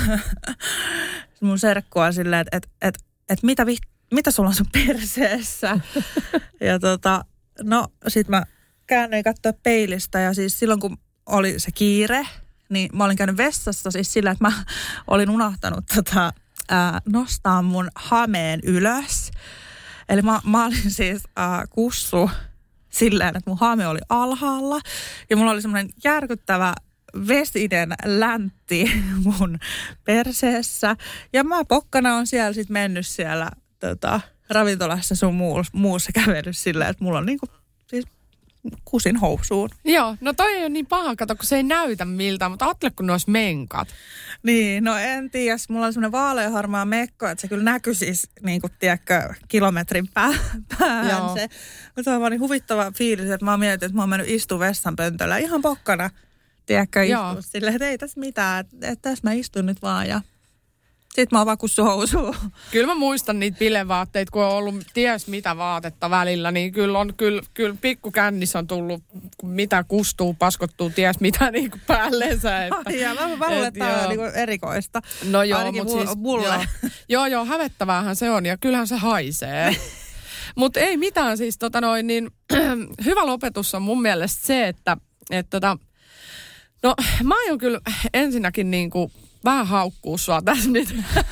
mun serkku on silleen, että et, et, et mitä, vi, mitä sulla on sun perseessä? Ja tota, no sit mä käännyin katsoa peilistä ja siis silloin kun oli se kiire, niin mä olin käynyt vessassa siis sillä, että mä olin unohtanut tota, ää, nostaa mun hameen ylös. Eli mä, mä olin siis ää, kussu silleen, että mun hame oli alhaalla ja mulla oli semmoinen järkyttävä vesinen läntti mun perseessä. Ja mä pokkana on siellä sit mennyt siellä tota, ravintolassa sun muussa, muussa kävellyt silleen, että mulla on niinku siis kusin housuun. Joo, no toi ei ole niin paha, kato, kun se ei näytä miltään, mutta ajattele, kun ne olisi menkat. Niin, no en tiedä. Mulla on semmoinen vaaleaharmaa mekko, että se kyllä näkyy siis, niin kuin, tiedätkö, kilometrin pää, päähän Joo. se. Mutta se on vaan niin huvittava fiilis, että mä oon miettinyt, että mä oon mennyt istumaan vessanpöntöllä ihan pokkana, tiedätkö, istua silleen, että ei tässä mitään, että, että tässä mä istun nyt vaan ja Sitten mä oon vaan kussu housuun. Kyllä mä muistan niitä bilevaatteita, kun on ollut ties mitä vaatetta välillä, niin kyllä on, kyllä, kyllä pikkukännissä on tullut, mitä kustuu, paskottuu, ties mitä niin kuin päälleensä. Että, Ai ja mä luulen, että tämä on niin kuin erikoista. No joo, ainakin mutta siis, mulle. Joo, joo, joo, hävettäväähän se on ja kyllähän se haisee. Mutta ei mitään siis, tota noin, niin hyvä lopetus on mun mielestä se, että, että tota, no mä aion kyllä ensinnäkin niin kuin vähän haukkuu sua tässä nyt.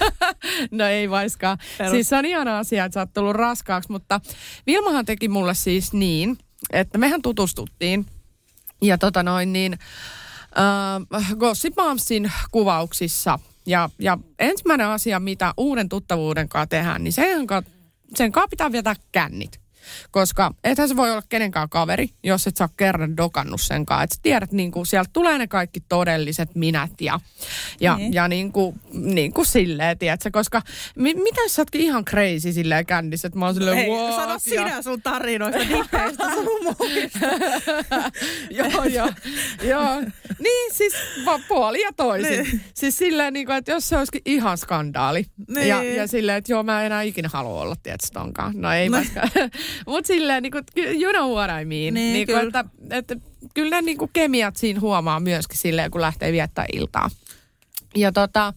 No ei vaiskaan. Perus. Siis se on ihana asia, että sä oot tullut raskaaksi, mutta Vilmahan teki mulle siis niin, että mehän tutustuttiin. Ja tota noin niin, äh, Gossip Momsin kuvauksissa. Ja, ja ensimmäinen asia, mitä uuden tuttavuuden kanssa tehdään, niin sen kanssa, sen kanssa pitää vietää kännit. Koska ethän se voi olla kenenkään kaveri, jos et sä ole kerran dokannut sen kanssa. Että sä tiedät, niin kuin, sieltä tulee ne kaikki todelliset minät ja, ja, niin. ja niin kuin, niin kuin silleen, tiedätkö? Koska mi, mitä jos sä ootkin ihan crazy silleen kännissä, että mä oon silleen, hei, what? Sano sinä ja sun tarinoista, dipeistä sun muista. Joo, joo, joo. Niin, siis vaan puoli ja toisin. Niin. Siis silleen, niin kuin, että jos se olisikin ihan skandaali. Niin. Ja, ja silleen, että joo, mä en enää ikinä halua olla, tiedätkö, tonkaan. No ei vaikka. Mutta silleen, niin kuin, you know what I mean. Niin, niin kuin, että, että kyllä ne niin kuin kemiat siinä huomaa myöskin silleen, kun lähtee viettää iltaa. Ja tota,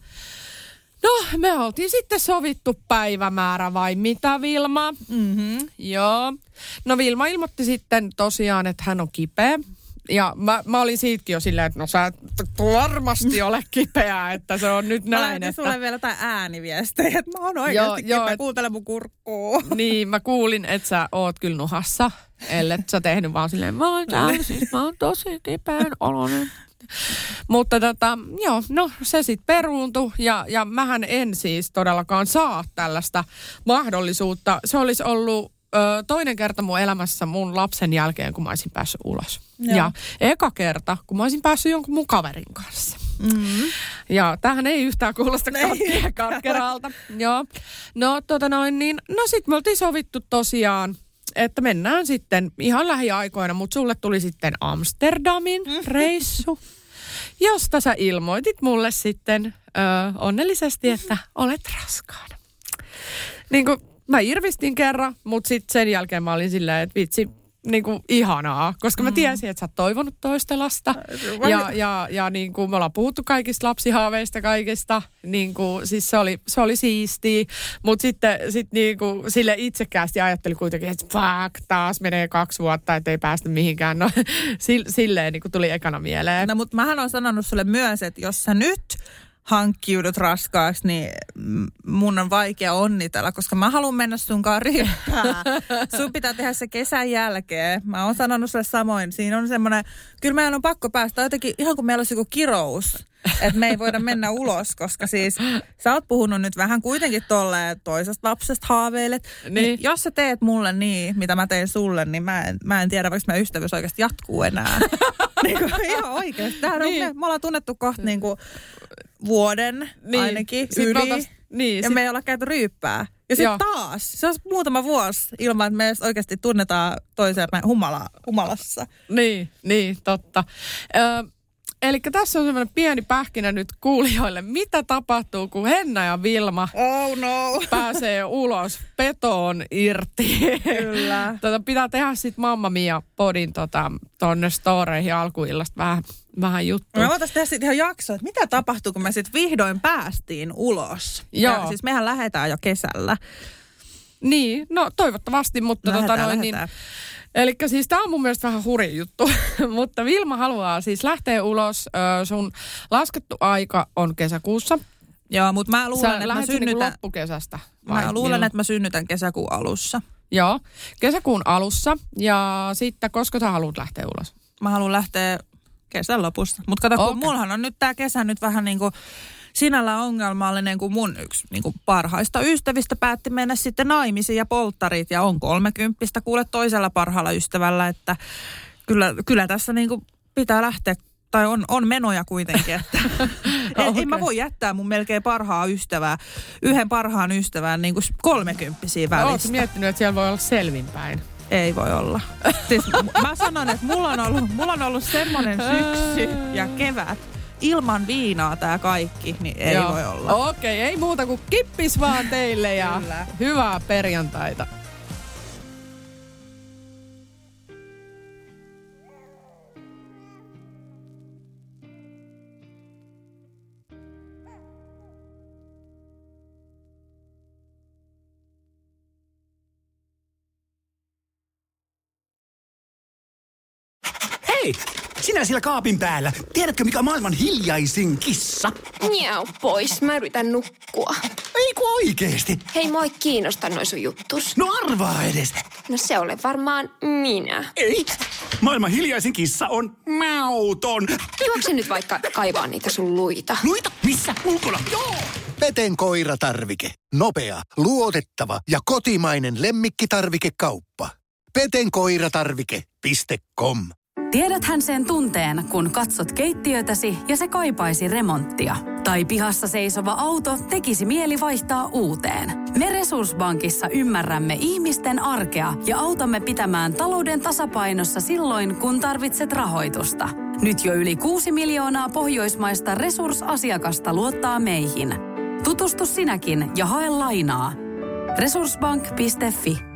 no me oltiin sitten sovittu päivämäärä vai mitä, Vilma? Mm-hmm. Joo. No Vilma ilmoitti sitten tosiaan, että hän on kipeä. Ja mä, mä olin siitäkin jo silleen, että no sä et varmasti ole kipeä, että se on nyt näin. Mä lähetin että sulle vielä jotain ääniviestejä, että mä oon oikeasti joo, kipeä, jo, kuuntele mun kurkkuu. Niin, mä kuulin, että sä oot kyllä nuhassa, ellet sä tehnyt vaan silleen, mä oon täällä, siis mä oon tosi kipeän oloinen. Mutta tota, joo, no se sitten peruuntui ja, ja mähän en siis todellakaan saa tällaista mahdollisuutta. Se olisi ollut ö, toinen kerta mun elämässä mun lapsen jälkeen, kun mä olisin päässyt ulos. Joo. Ja eka kerta, kun mä olisin päässyt jonkun mun kaverin kanssa. Mm-hmm. Ja tämähän ei yhtään kuulosta katke- katkeralta. Joo. No tota noin, niin, no sit me oltiin sovittu tosiaan, että mennään sitten ihan lähiaikoina, mutta sulle tuli sitten Amsterdamin reissu, josta sä ilmoitit mulle sitten ö, onnellisesti, että olet raskaana. Niin kuin mä irvistin kerran, mutta sitten sen jälkeen mä olin silleen, että vitsi, niin kuin ihanaa, koska mä tiesin, että sä oot toivonut toista lasta. Ja, ja, ja niin kuin me ollaan puhuttu kaikista lapsihaaveista kaikista, niin kuin, siis se oli, se oli siistiä. Mutta sitten sit niin kuin sille itsekkäästi ajattelin kuitenkin, että fuck, taas menee kaksi vuotta, ettei päästä mihinkään. No silleen niin kuin tuli ekana mieleen. No mutta mähän on sanonut sulle myös, että jos sä nyt hankkiudut raskaaksi, niin mun on vaikea onnitella, koska mä haluan mennä sunkaan riippään. Sun pitää tehdä se kesän jälkeen. Mä oon sanonut sulle samoin. Siinä on semmoinen, kyllä meidän on pakko päästä jotenkin, ihan kuin meillä olisi joku kirous, että me ei voida mennä ulos, koska siis sä oot puhunut nyt vähän kuitenkin tolleen toisesta lapsesta haaveilet. Niin. Niin jos sä teet mulle niin, mitä mä tein sulle, niin mä en, mä en tiedä, vaikka meidän ystävyys oikeasti jatkuu enää. niin kuin, ihan oikeasti. Tämähän niin. on, me, me ollaan tunnettu kohta niin kuin vuoden niin. ainakin sit yli. Oltais, niin, ja sit... me ei olla käyty ryyppää. Ja sitten taas, se on muutama vuosi ilman, että me oikeasti tunnetaan toisemme humala, humalassa. Niin, niin, totta. Ö, eli tässä on semmoinen pieni pähkinä nyt kuulijoille. Mitä tapahtuu, kun Henna ja Vilma oh no. pääsee ulos petoon irti? Kyllä. tota, pitää tehdä sitten Mamma Mia podin tota, tonne storeihin alkuillasta vähän, vähän juttua. Me voitaisiin tehdä sitten ihan jakso, että mitä tapahtuu, kun me sitten vihdoin päästiin ulos. Joo. Ja, siis mehän lähdetään jo kesällä. Niin, no toivottavasti, mutta lähetään, tota noin niin... Eli siis tämä on mun mielestä vähän hurja juttu, mutta Vilma haluaa siis lähteä ulos. Ö, sun laskettu aika on kesäkuussa. Joo, mutta mä luulen, Sä että mä synnytän... Niinku loppukesästä. Vai? Mä luulen, Milloin? että mä synnytän kesäkuun alussa. Joo, kesäkuun alussa. Ja sitten, koska sä haluat lähteä ulos? Mä haluan lähteä kesän lopussa. Mutta kato, kun okay. mullahan on nyt tää kesä nyt vähän niin kuin sinällä ongelmallinen, kun mun yksi niin kuin parhaista ystävistä päätti mennä sitten naimisiin ja polttarit ja on kolmekymppistä kuule toisella parhaalla ystävällä, että kyllä, kyllä tässä niin kuin pitää lähteä, tai on, on menoja kuitenkin, että en, okay. en mä voi jättää mun melkein parhaa ystävää, yhden parhaan ystävän niin kuin kolmekymppisiä välistä. Oletko miettinyt, että siellä voi olla selvinpäin? Ei voi olla. Siis mä sanon, että mulla on ollut, mulla on ollut semmoinen syksy ja kevät, ilman viinaa tää kaikki, niin ei Joo. voi olla. Okei, okay, ei muuta kuin kippis vaan teille ja Kyllä. hyvää perjantaita. Hei! Sinä siellä kaapin päällä. Tiedätkö, mikä on maailman hiljaisin kissa? Miau pois, mä yritän nukkua. Ei kun oikeesti. Hei, moi kiinnosta noi sun juttus. No arvaa edes. No se ole varmaan minä. Ei. Maailman hiljaisin kissa on mauton. Juokse nyt vaikka kaivaa niitä sun luita. Luita? Missä? Ulkona? Joo! Peten koiratarvike. Nopea, luotettava ja kotimainen lemmikkitarvikekauppa. peten koiratarvike piste com. Tiedäthän sen tunteen, kun katsot keittiötäsi ja se kaipaisi remonttia. Tai pihassa seisova auto tekisi mieli vaihtaa uuteen. Me Resurssbankissa ymmärrämme ihmisten arkea ja autamme pitämään talouden tasapainossa silloin, kun tarvitset rahoitusta. Nyt jo yli kuusi miljoonaa pohjoismaista resursasiakasta luottaa meihin. Tutustu sinäkin ja hae lainaa. resurssbank piste fi